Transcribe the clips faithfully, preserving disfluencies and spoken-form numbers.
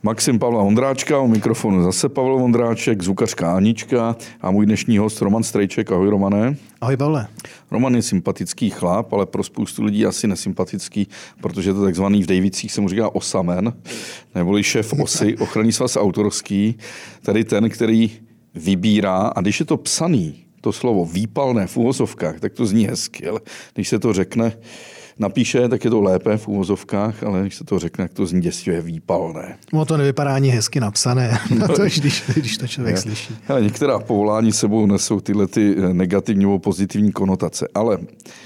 Maxim Pavla Vondráčka, u mikrofonu zase Pavel Vondráček, zvukařka Anička a můj dnešní host Roman Strejček. Ahoj, Romane. Ahoj, Pavle. Roman je sympatický chlap, ale pro spoustu lidí asi nesympatický, protože je to takzvaný v Davicích se mu říká osamen, neboli šéf osy, ochranný svaz autorský, tady ten, který vybírá, a když je to psaný, to slovo výpalné v uvozovkách, tak to zní hezky, ale když se to řekne, napíše, tak je to lépe v uvozovkách, ale když se to řekne, tak to zní děsivě výpalné. No to nevypadá ani hezky napsané, no to, když, když to člověk slyší. Ale některá povolání sebou nesou tyhle ty negativní nebo pozitivní konotace, ale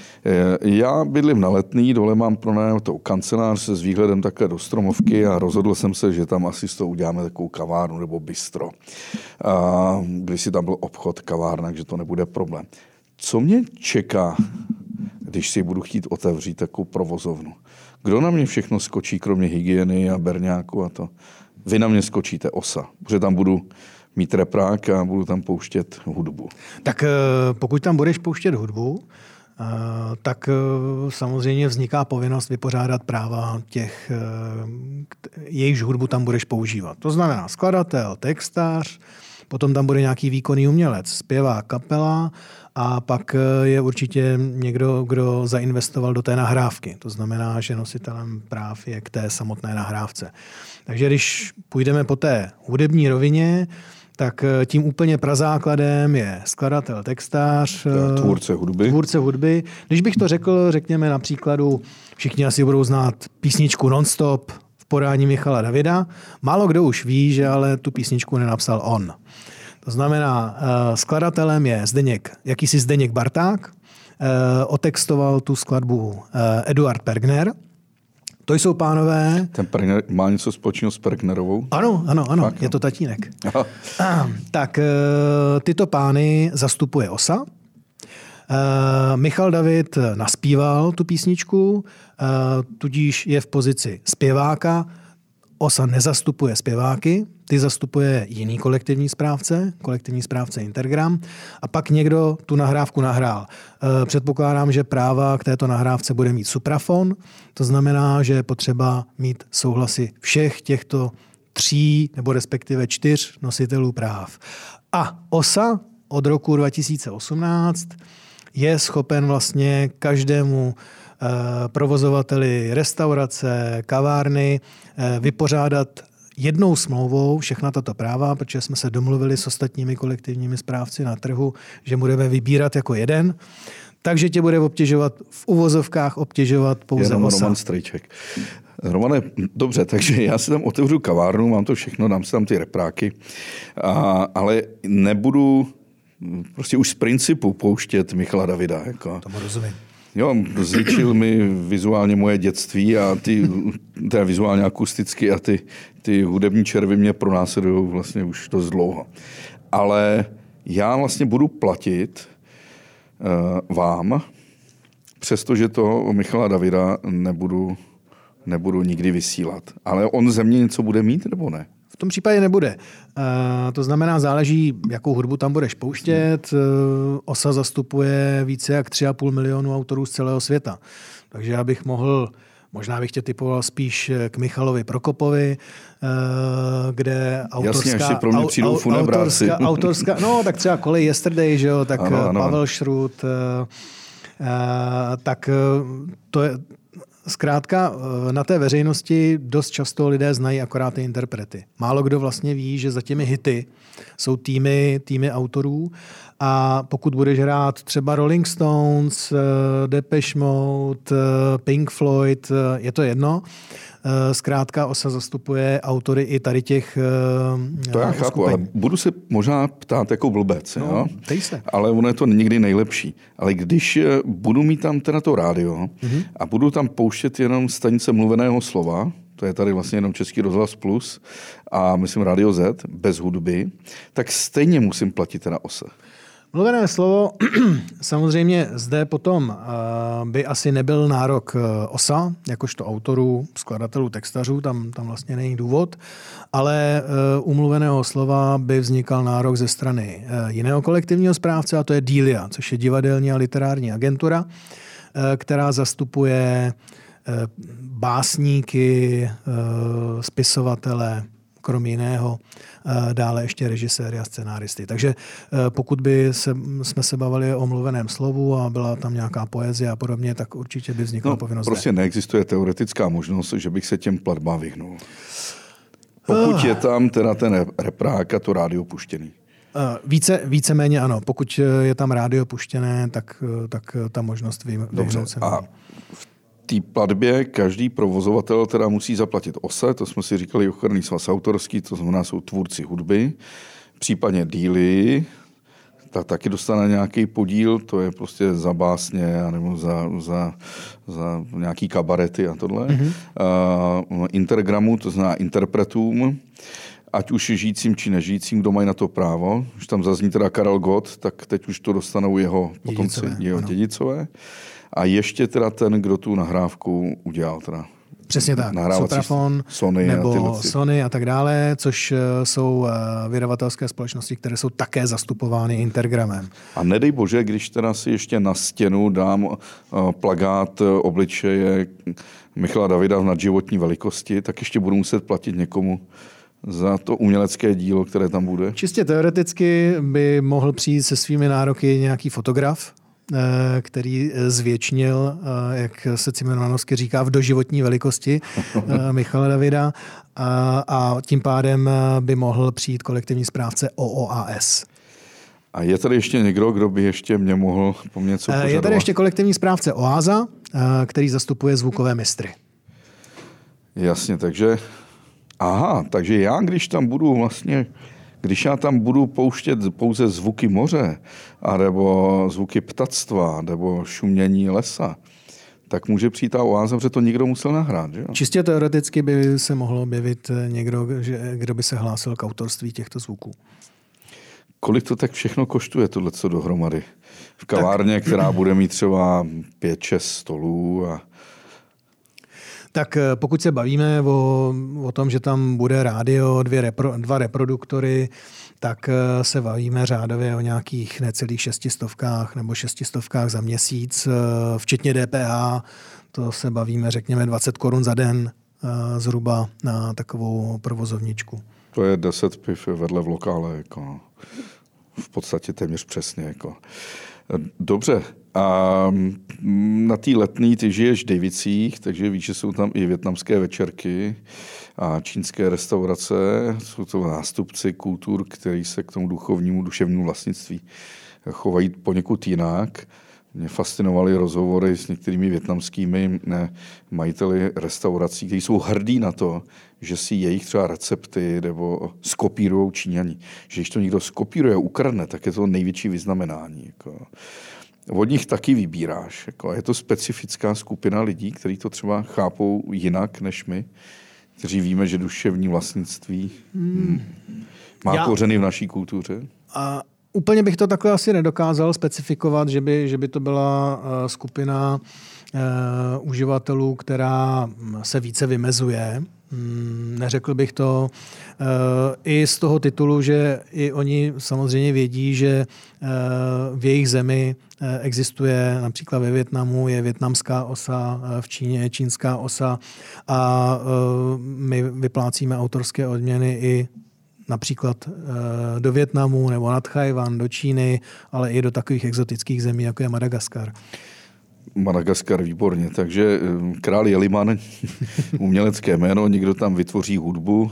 já bydlím na Letný, dole mám pronajatou kancelář se s výhledem také do Stromovky a rozhodl jsem se, že tam asi z toho uděláme takovou kavárnu nebo bistro. A když si tam byl obchod, kavárna, takže to nebude problém. Co mě čeká, když si budu chtít otevřít takovou provozovnu? Kdo na mě všechno skočí, kromě hygieny a berňáku a to? Vy na mě skočíte, osa, protože tam budu mít reprák a budu tam pouštět hudbu. Tak pokud tam budeš pouštět hudbu, tak samozřejmě vzniká povinnost vypořádat práva těch, jejichž hudbu tam budeš používat. To znamená skladatel, textař, potom tam bude nějaký výkonný umělec, zpěvák, kapela a pak je určitě někdo, kdo zainvestoval do té nahrávky. To znamená, že nositelem práv je k té samotné nahrávce. Takže když půjdeme po té hudební rovině, tak tím úplně prazákladem je skladatel, textář, tvůrce hudby. tvůrce hudby. Když bych to řekl, řekněme na příkladu, všichni asi budou znát písničku Non-stop v podání Michala Davida. Málo kdo už ví, že ale tu písničku nenapsal on. To znamená, skladatelem je Zdeněk, jakýsi Zdeněk Barták, otextoval tu skladbu Eduard Pergner. To jsou pánové... Ten Pergner má něco společného s Pergnerovou? Ano, ano, ano, tak, je to tatínek. Aha. Tak tyto pány zastupuje osa. Michal David naspíval tu písničku, tudíž je v pozici zpěváka. Osa nezastupuje zpěváky, ty zastupuje jiný kolektivní správce, kolektivní správce Intergram, a pak někdo tu nahrávku nahrál. Předpokládám, že práva k této nahrávce bude mít Suprafon, to znamená, že je potřeba mít souhlasy všech těchto tří nebo respektive čtyř nositelů práv. A osa od roku dva tisíce osmnáct je schopen vlastně každému provozovateli restaurace, kavárny vypořádat jednou smlouvou všechna tato práva, protože jsme se domluvili s ostatními kolektivními správci na trhu, že budeme vybírat jako jeden. Takže tě bude obtěžovat v uvozovkách obtěžovat pouze jenom osa. Roman Strejček. Romane, dobře, takže já si tam otevřu kavárnu, mám to všechno, dám si tam ty repráky, a, ale nebudu prostě už z principu pouštět Michala Davida. Jako. Tomu rozumím. Jo, zničil mi vizuálně moje dětství a ty, teda vizuálně akusticky a ty, ty hudební červy mě pronásledují vlastně už dost dlouho. Ale já vlastně budu platit uh, vám, přestože to Michala Davida nebudu, nebudu nikdy vysílat. Ale on ze mě něco bude mít, nebo ne? V tom případě nebude. Uh, to znamená, záleží, jakou hudbu tam budeš pouštět. Uh, osa zastupuje více jak tři a půl milionu autorů z celého světa. Takže já bych mohl, možná bych tě typoval spíš k Michalovi Prokopovi, uh, kde autorská... Jasně, až si pro mě přijdou funebráci. Autorská, autorská, no, tak třeba Kolej Yesterday, že jo, tak ano, ano. Pavel Šrut, uh, uh, tak uh, to je... Zkrátka na té veřejnosti dost často lidé znají akorát ty interprety. Málo kdo vlastně ví, že za těmi hity jsou týmy, týmy autorů, a pokud budeš hrát třeba Rolling Stones, Depeche Mode, Pink Floyd, je to jedno. Zkrátka osa zastupuje autory i tady těch To já chápu, ale budu se možná ptát jako blbec. No, jo? Tej se. Ale ono je to nikdy nejlepší. Ale když budu mít tam teda to rádio mm-hmm. a budu tam pouštět jenom stanice mluveného slova, to je tady vlastně jenom Český rozhlas Plus a myslím Radio Z, bez hudby, tak stejně musím platit teda ose. Mluvené slovo, samozřejmě zde potom by asi nebyl nárok osa, jakožto autorů, skladatelů, textařů, tam, tam vlastně není důvod, ale u mluveného slova by vznikal nárok ze strany jiného kolektivního správce, a to je Delia, což je divadelní a literární agentura, která zastupuje básníky, spisovatele, krom jiného dále ještě režiséry a scenáristy. Takže pokud by se, jsme se bavili o mluveném slovu a byla tam nějaká poezie a podobně, tak určitě by vznikla no, povinnost. Prostě neexistuje teoretická možnost, že bych se těm platbám vyhnul. Pokud je tam teda ten reprák a to rádio puštěný. Více, víceméně ano. Pokud je tam rádio puštěné, tak, tak ta možnost vyhnout se. A v té platbě každý provozovatel teda musí zaplatit O S E, to jsme si říkali ochranný svaz autorský, to znamená jsou tvůrci hudby, případně díly, ta taky dostane nějaký podíl, to je prostě za básně nebo za, za, za nějaký kabarety a tohle. Mm-hmm. Uh, Intergramu, to znamená interpretům, ať už žijícím či nežijícím, kdo mají na to právo. Už tam zazní teda Karel Gott, tak teď už to dostanou jeho potomci, jeho dědicové. A ještě teda ten, kdo tu nahrávku udělal. Teda přesně tak. Soprafon Sony nebo a Sony a tak dále, což jsou vydavatelské společnosti, které jsou také zastupovány Intergramem. A nedej bože, když teda si ještě na stěnu dám plakát obličeje Michala Davida v nadživotní velikosti, tak ještě budu muset platit někomu za to umělecké dílo, které tam bude. Čistě teoreticky by mohl přijít se svými nároky nějaký fotograf, který zvětšnil, jak se Cimrmanovsky říká, v doživotní velikosti Michala Davida a, a tím pádem by mohl přijít kolektivní správce O O A S. A je tady ještě někdo, kdo by ještě mě mohl po mně něco požadovat? Je tady ještě kolektivní správce Oáza, který zastupuje zvukové mistry. Jasně, takže aha, takže já, když tam budu vlastně Když já tam budu pouštět pouze zvuky moře, nebo zvuky ptactva, nebo šumění lesa, tak může přijít ta oáza, protože to někdo musel nahrát. Že? Čistě teoreticky by se mohlo objevit někdo, kdo by se hlásil k autorství těchto zvuků. Kolik to tak všechno koštuje, tohleto dohromady? V kavárně, tak která bude mít třeba pět, šest stolů a tak pokud se bavíme o, o tom, že tam bude rádio, dvě repro, dva reproduktory, tak se bavíme řádově o nějakých necelých šestistovkách nebo šestistovkách za měsíc, včetně D P H. To se bavíme, řekněme, dvacet korun za den zhruba na takovou provozovničku. To je deset piv vedle v lokále, jako v podstatě téměř přesně. Jako. Dobře. A na té letní ty žiješ v Davicích, takže víš, že jsou tam i vietnamské večerky a čínské restaurace. Jsou to nástupci kultur, který se k tomu duchovnímu, duševnímu vlastnictví chovají poněkud jinak. Mě fascinovaly rozhovory s některými vietnamskými ne, majiteli restaurací, kteří jsou hrdí na to, že si jejich třeba recepty nebo skopírujou Číňani. Že když to někdo skopíruje a ukradne, tak je to největší vyznamenání. Jako. Od nich taky vybíráš. Jako. Je to specifická skupina lidí, kteří to třeba chápou jinak než my, kteří víme, že duševní vlastnictví hmm. má Já... kořeny v naší kultuře. A... Úplně bych to takhle asi nedokázal specifikovat, že by, že by to byla skupina uh, uživatelů, která se více vymezuje. Hmm, neřekl bych to uh, i z toho titulu, že i oni samozřejmě vědí, že uh, v jejich zemi uh, existuje například ve Vietnamu je vietnamská osa, uh, v Číně je čínská osa a uh, my vyplácíme autorské odměny i například do Vietnamu nebo na Tchajwan, do Číny, ale i do takových exotických zemí, jako je Madagaskar. Madagaskar, výborně. Takže král Jeliman, umělecké jméno, někdo tam vytvoří hudbu.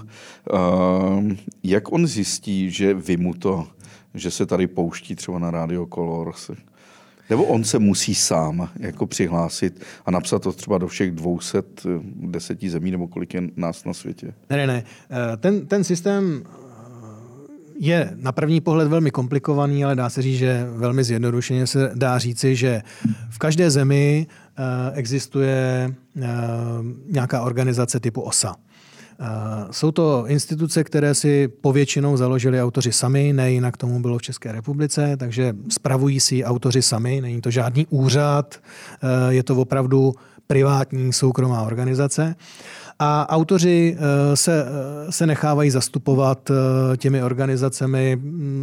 Jak on zjistí, že vy mu to, že se tady pouští třeba na Radio Color? Nebo on se musí sám jako přihlásit a napsat to třeba do všech dvě stě deset zemí, nebo kolik je nás na světě? Ne, ne, ne. Ten, ten systém je na první pohled velmi komplikovaný, ale dá se říct, že velmi zjednodušeně se dá říci, že v každé zemi existuje nějaká organizace typu O S A. Jsou to instituce, které si povětšinou založili autoři sami, ne jinak tomu bylo v České republice, takže spravují si autoři sami, není to žádný úřad, je to opravdu privátní soukromá organizace. A autoři se, se nechávají zastupovat těmi organizacemi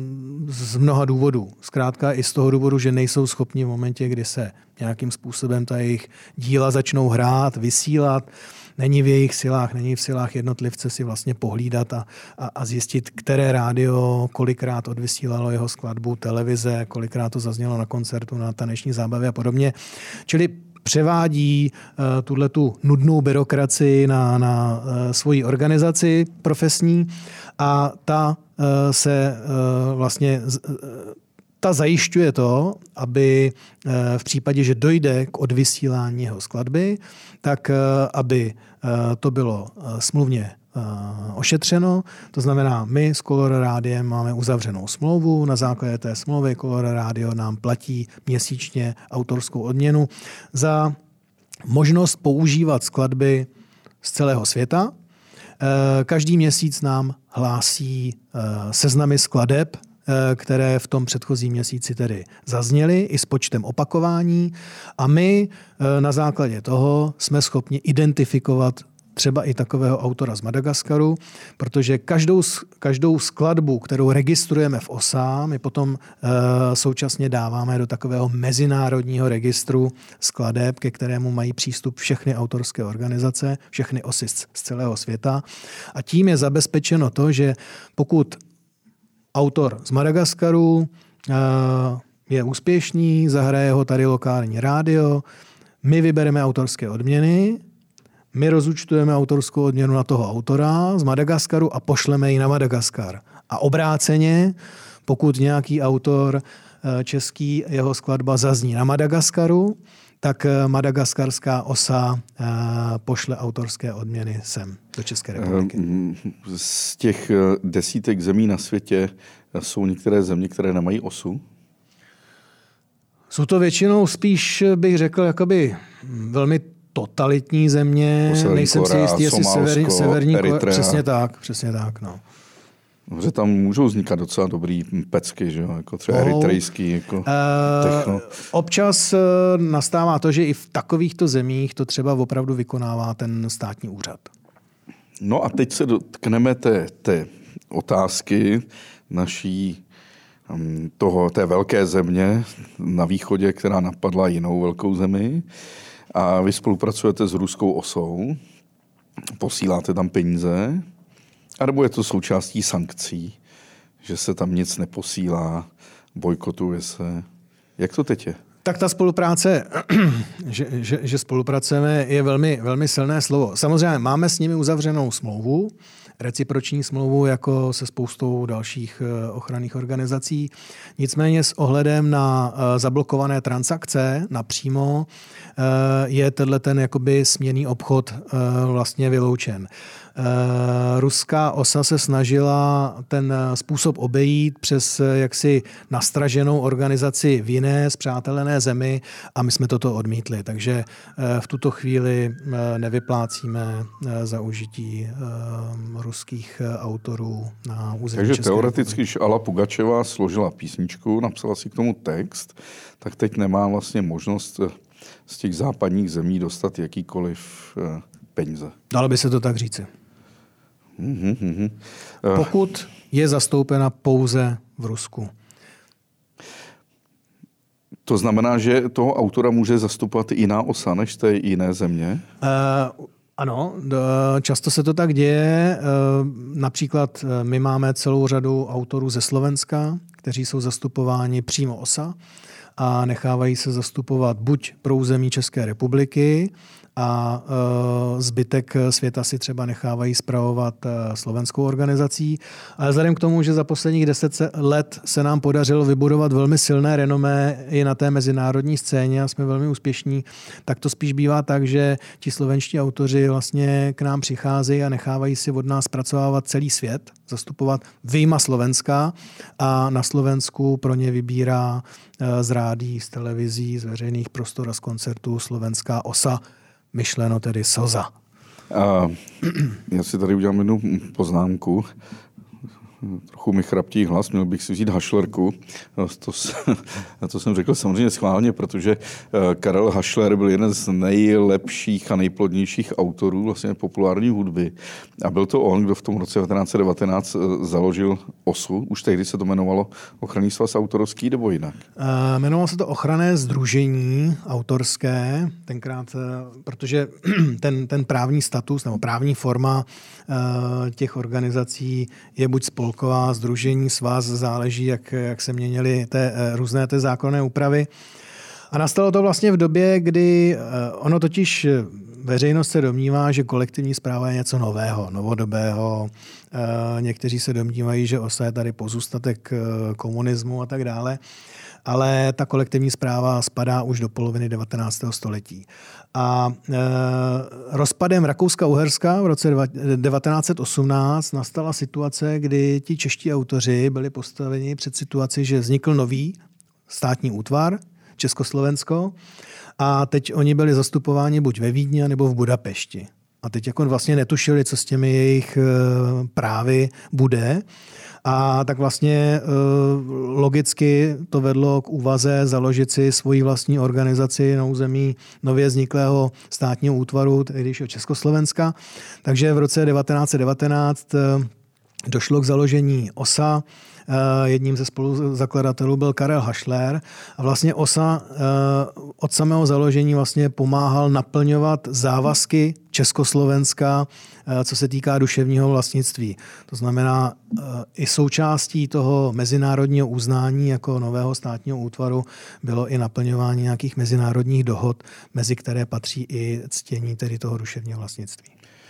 z mnoha důvodů. Zkrátka i z toho důvodu, že nejsou schopni v momentě, kdy se nějakým způsobem ta jejich díla začnou hrát, vysílat, není v jejich silách, není v silách jednotlivce si vlastně pohlídat a, a, a zjistit, které rádio kolikrát odvysílalo jeho skladbu, televize, kolikrát to zaznělo na koncertu, na taneční zábavě a podobně. Čili převádí uh, tuhletu nudnou byrokracii na, na uh, svoji organizaci profesní a ta uh, se uh, vlastně z, uh, ta zajišťuje to, aby uh, v případě, že dojde k odvysílání jeho skladby, tak uh, aby uh, to bylo uh, smluvně ošetřeno. To znamená, my s Color Rádiem máme uzavřenou smlouvu. Na základě té smlouvy Color Radio nám platí měsíčně autorskou odměnu za možnost používat skladby z celého světa. Každý měsíc nám hlásí seznamy skladeb, které v tom předchozím měsíci tedy zazněly, i s počtem opakování. A my na základě toho jsme schopni identifikovat třeba i takového autora z Madagaskaru, protože každou, každou skladbu, kterou registrujeme v O S A, my potom e, současně dáváme do takového mezinárodního registru skladeb, ke kterému mají přístup všechny autorské organizace, všechny O S I z celého světa. A tím je zabezpečeno to, že pokud autor z Madagaskaru e, je úspěšný, zahraje ho tady lokální rádio, my vybereme autorské odměny, my rozúčtujeme autorskou odměnu na toho autora z Madagaskaru a pošleme ji na Madagaskar. A obráceně, pokud nějaký autor český, jeho skladba zazní na Madagaskaru, tak madagaskarská O S A pošle autorské odměny sem do České republiky. Z těch desítek zemí na světě jsou některé země, které nemají O S U? Jsou to většinou spíš, bych řekl, jakoby velmi totalitní země, Severní nejsem Korea, si jistý, jestli Somálsko, severní, severní Eritrea. Přesně tak, přesně tak, no. Že tam můžou vznikat docela dobrý pecky, že jo? Jako třeba Mohou. eritrejský, jako uh, techno. Občas nastává to, že i v takovýchto zemích to třeba opravdu vykonává ten státní úřad. No a teď se dotkneme té, té otázky naší toho, té velké země na východě, která napadla jinou velkou zemi. A vy spolupracujete s ruskou osou, posíláte tam peníze, anebo je to součástí sankcí, že se tam nic neposílá, bojkotuje se. Jak to teď je? Tak ta spolupráce, že, že, že spolupracujeme, je velmi, velmi silné slovo. Samozřejmě máme s nimi uzavřenou smlouvu, reciproční smlouvu jako se spoustou dalších ochranných organizací. Nicméně s ohledem na zablokované transakce napřímo je tenhle ten jakoby směnný obchod vlastně vyloučen. Ruská osa se snažila ten způsob obejít přes jaksi nastraženou organizaci v jiné spřátelené zemi a my jsme toto odmítli. Takže v tuto chvíli nevyplácíme za užití ruských autorů na území Takže České teoreticky, republiky. když Alla Pugačová složila písničku, napsala si k tomu text, tak teď nemá vlastně možnost z těch západních zemí dostat jakýkoliv peníze. Dalo by se to tak říci. Mm-hmm, mm-hmm. Pokud je zastoupena pouze v Rusku. To znamená, že toho autora může zastupovat i jiná osa než té jiné země? Uh, ano, často se to tak děje. Například my máme celou řadu autorů ze Slovenska, kteří jsou zastupováni přímo O S A a nechávají se zastupovat buď pro území České republiky, a zbytek světa si třeba nechávají spravovat slovenskou organizací. Ale vzhledem k tomu, že za posledních deset let se nám podařilo vybudovat velmi silné renomé i na té mezinárodní scéně a jsme velmi úspěšní, tak to spíš bývá tak, že ti slovenští autoři vlastně k nám přicházejí a nechávají si od nás zpracovávat celý svět, zastupovat vyjma Slovenska a na Slovensku pro ně vybírá z rádií, z televizí, z veřejných prostor a z koncertů slovenská osa, myšleno tedy Soza. A já si tady udělám jednu poznámku. trochu mi chraptí hlas, měl bych si vzít hašlerku. To, to jsem řekl samozřejmě schválně, protože Karel Hašler byl jeden z nejlepších a nejplodnějších autorů vlastně populární hudby. A byl to on, kdo v tom roce devatenáct set devatenáct založil OSU. Už tehdy se to jmenovalo Ochranný svaz autorský, nebo jinak? Uh, jmenovalo se to Ochranné sdružení autorské, tenkrát, protože ten, ten právní status nebo právní forma uh, těch organizací je buď spolková, sdružení, svaz, záleží, jak, jak se měnily té, různé té zákonné úpravy. A nastalo to vlastně v době, kdy ono totiž veřejnost se domnívá, že kolektivní správa je něco nového, novodobého. Někteří se domnívají, že OSA je tady pozůstatek komunismu a tak dále. Ale ta kolektivní správa spadá už do poloviny devatenáctého století. A e, rozpadem Rakouska-Uherska v roce devatenáct set osmnáct nastala situace, kdy ti čeští autoři byli postaveni před situaci, že vznikl nový státní útvar, Československo, a teď oni byli zastupováni buď ve Vídni, nebo v Budapešti. A teď jako vlastně netušili, co s těmi jejich právy bude. A tak vlastně logicky to vedlo k úvaze založit si svoji vlastní organizaci na území nově vzniklého státního útvaru, tehdejšího Československa. Takže v roce devatenáct set devatenáct došlo k založení OSA. Jedním ze spoluzakladatelů byl Karel Hašler a vlastně OSA od samého založení vlastně pomáhal naplňovat závazky Československa, co se týká duševního vlastnictví. To znamená, i součástí toho mezinárodního uznání jako nového státního útvaru bylo i naplňování nějakých mezinárodních dohod, mezi které patří i ctění tedy toho duševního vlastnictví.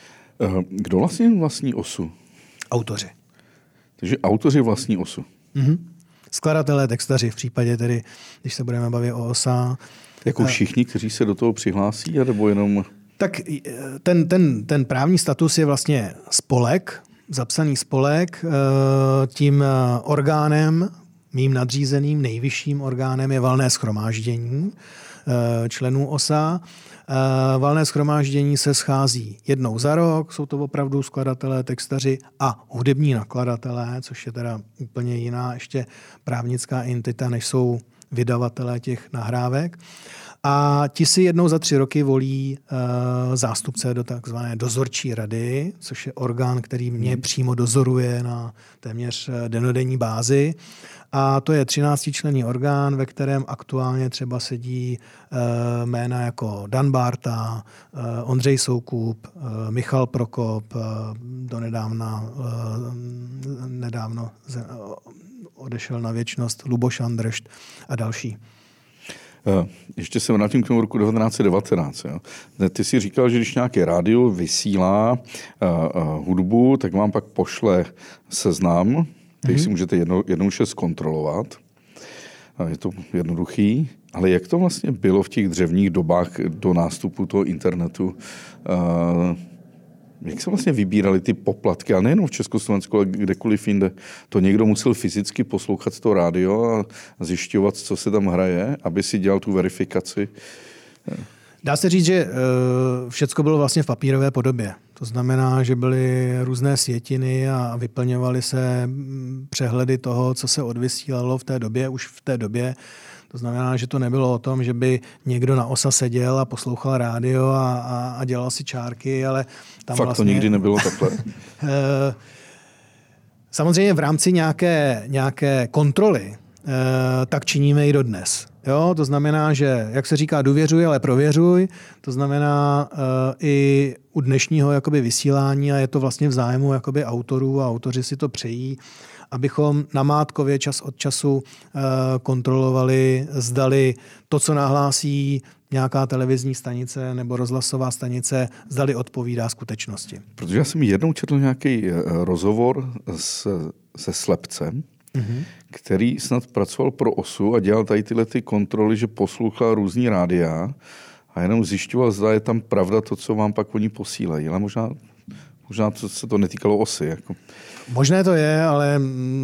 Kdo vlastně vlastní OSU? Autoři. Takže autoři vlastní OSU. Mm-hmm. Skladatelé, textaři v případě tedy, když se budeme bavit o OSA. Jako všichni, kteří se do toho přihlásí, nebo jenom... Tak ten, ten, ten právní status je vlastně spolek, zapsaný spolek. Tím orgánem, mým nadřízeným, nejvyšším orgánem je valné shromáždění členů OSA. Valné shromáždění se schází jednou za rok, jsou to opravdu skladatelé, textaři a hudební nakladatelé, což je teda úplně jiná ještě právnická entita, než jsou vydavatelé těch nahrávek. A ti si jednou za tři roky volí uh, zástupce do takzvané dozorčí rady, což je orgán, který mě přímo dozoruje na téměř dennodenní bázi. A to je třináctičlenný orgán, ve kterém aktuálně třeba sedí uh, jména jako Dan Bárta, uh, Ondřej Soukup, uh, Michal Prokop, uh, donedávna uh, nedávno uh, odešel na věčnost Luboš Andršt a další. Ještě se vrátím k tomu roku devatenáct set devatenáct. Jo. Ty si říkal, že když nějaké rádio vysílá uh, uh, hudbu, tak vám pak pošle seznam, který mm-hmm. si můžete jedno, jednoduše zkontrolovat. Uh, je to jednoduchý, ale jak to vlastně bylo v těch dřevních dobách do nástupu toho internetu? Uh, Jak se vlastně vybírali ty poplatky, ale nejenom v Československu, ale kdekoliv jinde? To někdo musel fyzicky poslouchat to rádio a zjišťovat, co se tam hraje, aby si dělal tu verifikaci? Dá se říct, že všecko bylo vlastně v papírové podobě. To znamená, že byly různé sjetiny a vyplňovaly se přehledy toho, co se odvysílalo v té době, už v té době. To znamená, že to nebylo o tom, že by někdo na OSA seděl a poslouchal rádio a, a, a dělal si čárky, ale tam Fakt vlastně... to nikdy nebylo takhle? Samozřejmě v rámci nějaké, nějaké kontroly tak činíme i dodnes. Jo, to znamená, že, jak se říká, důvěřuj, ale prověřuj. To znamená uh, i u dnešního jakoby vysílání a je to vlastně v zájmu jakoby autorů a autoři si to přejí, abychom namátkově čas od času uh, kontrolovali, zdali to, co nahlásí nějaká televizní stanice nebo rozhlasová stanice, zdali odpovídá skutečnosti. Protože já jsem jednou četl nějaký rozhovor s, se slepcem, mm-hmm. který snad pracoval pro OSU a dělal tady tyhle ty kontroly, že poslouchal různý rádia a jenom zjišťoval, zda je tam pravda to, co vám pak oni posílají. Ale možná, možná se to netýkalo OSY. Jako. Možné to je, ale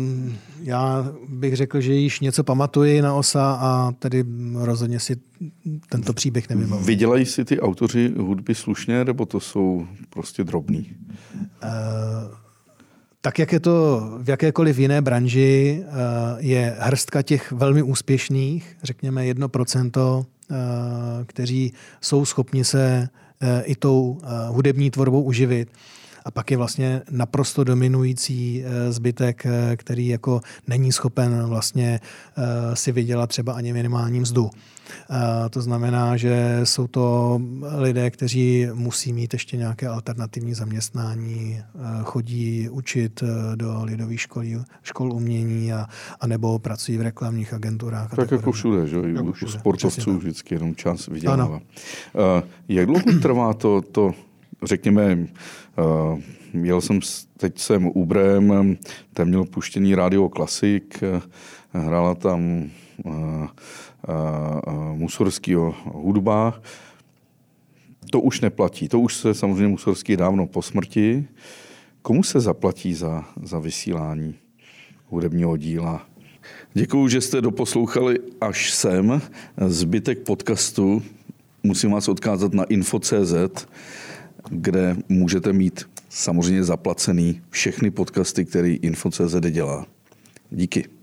já bych řekl, že již něco pamatuji na OSA a tedy rozhodně si tento příběh nevybavuji. Vydělají si ty autoři hudby slušně, nebo to jsou prostě drobný? Uh... Tak, jak je to v jakékoliv jiné branži, je hrstka těch velmi úspěšných, řekněme jedno procento, kteří jsou schopni se i tou hudební tvorbou uživit. A pak je vlastně naprosto dominující zbytek, který jako není schopen vlastně si vydělat třeba ani minimální mzdu. To znamená, že jsou to lidé, kteří musí mít ještě nějaké alternativní zaměstnání, chodí učit do lidových škol, škol umění a, a nebo pracují v reklamních agenturách. Tak jako všude, že? Jako u všude. Sportovců vždycky jenom čas vydělává. Jak dlouho trvá to, to řekněme, uh, jel jsem teď jsem Uberem, ten měl puštěný rádio Klasik, hrála tam uh, uh, uh, Musorskýho hudba. To už neplatí, to už se samozřejmě Musorský dávno po smrti. Komu se zaplatí za, za vysílání hudebního díla? Děkuju, že jste doposlouchali až sem. Zbytek podcastu musím vás odkázat na info tečka cé zet, kde můžete mít samozřejmě zaplacený všechny podcasty, které info tečka cé zet dělá. Díky.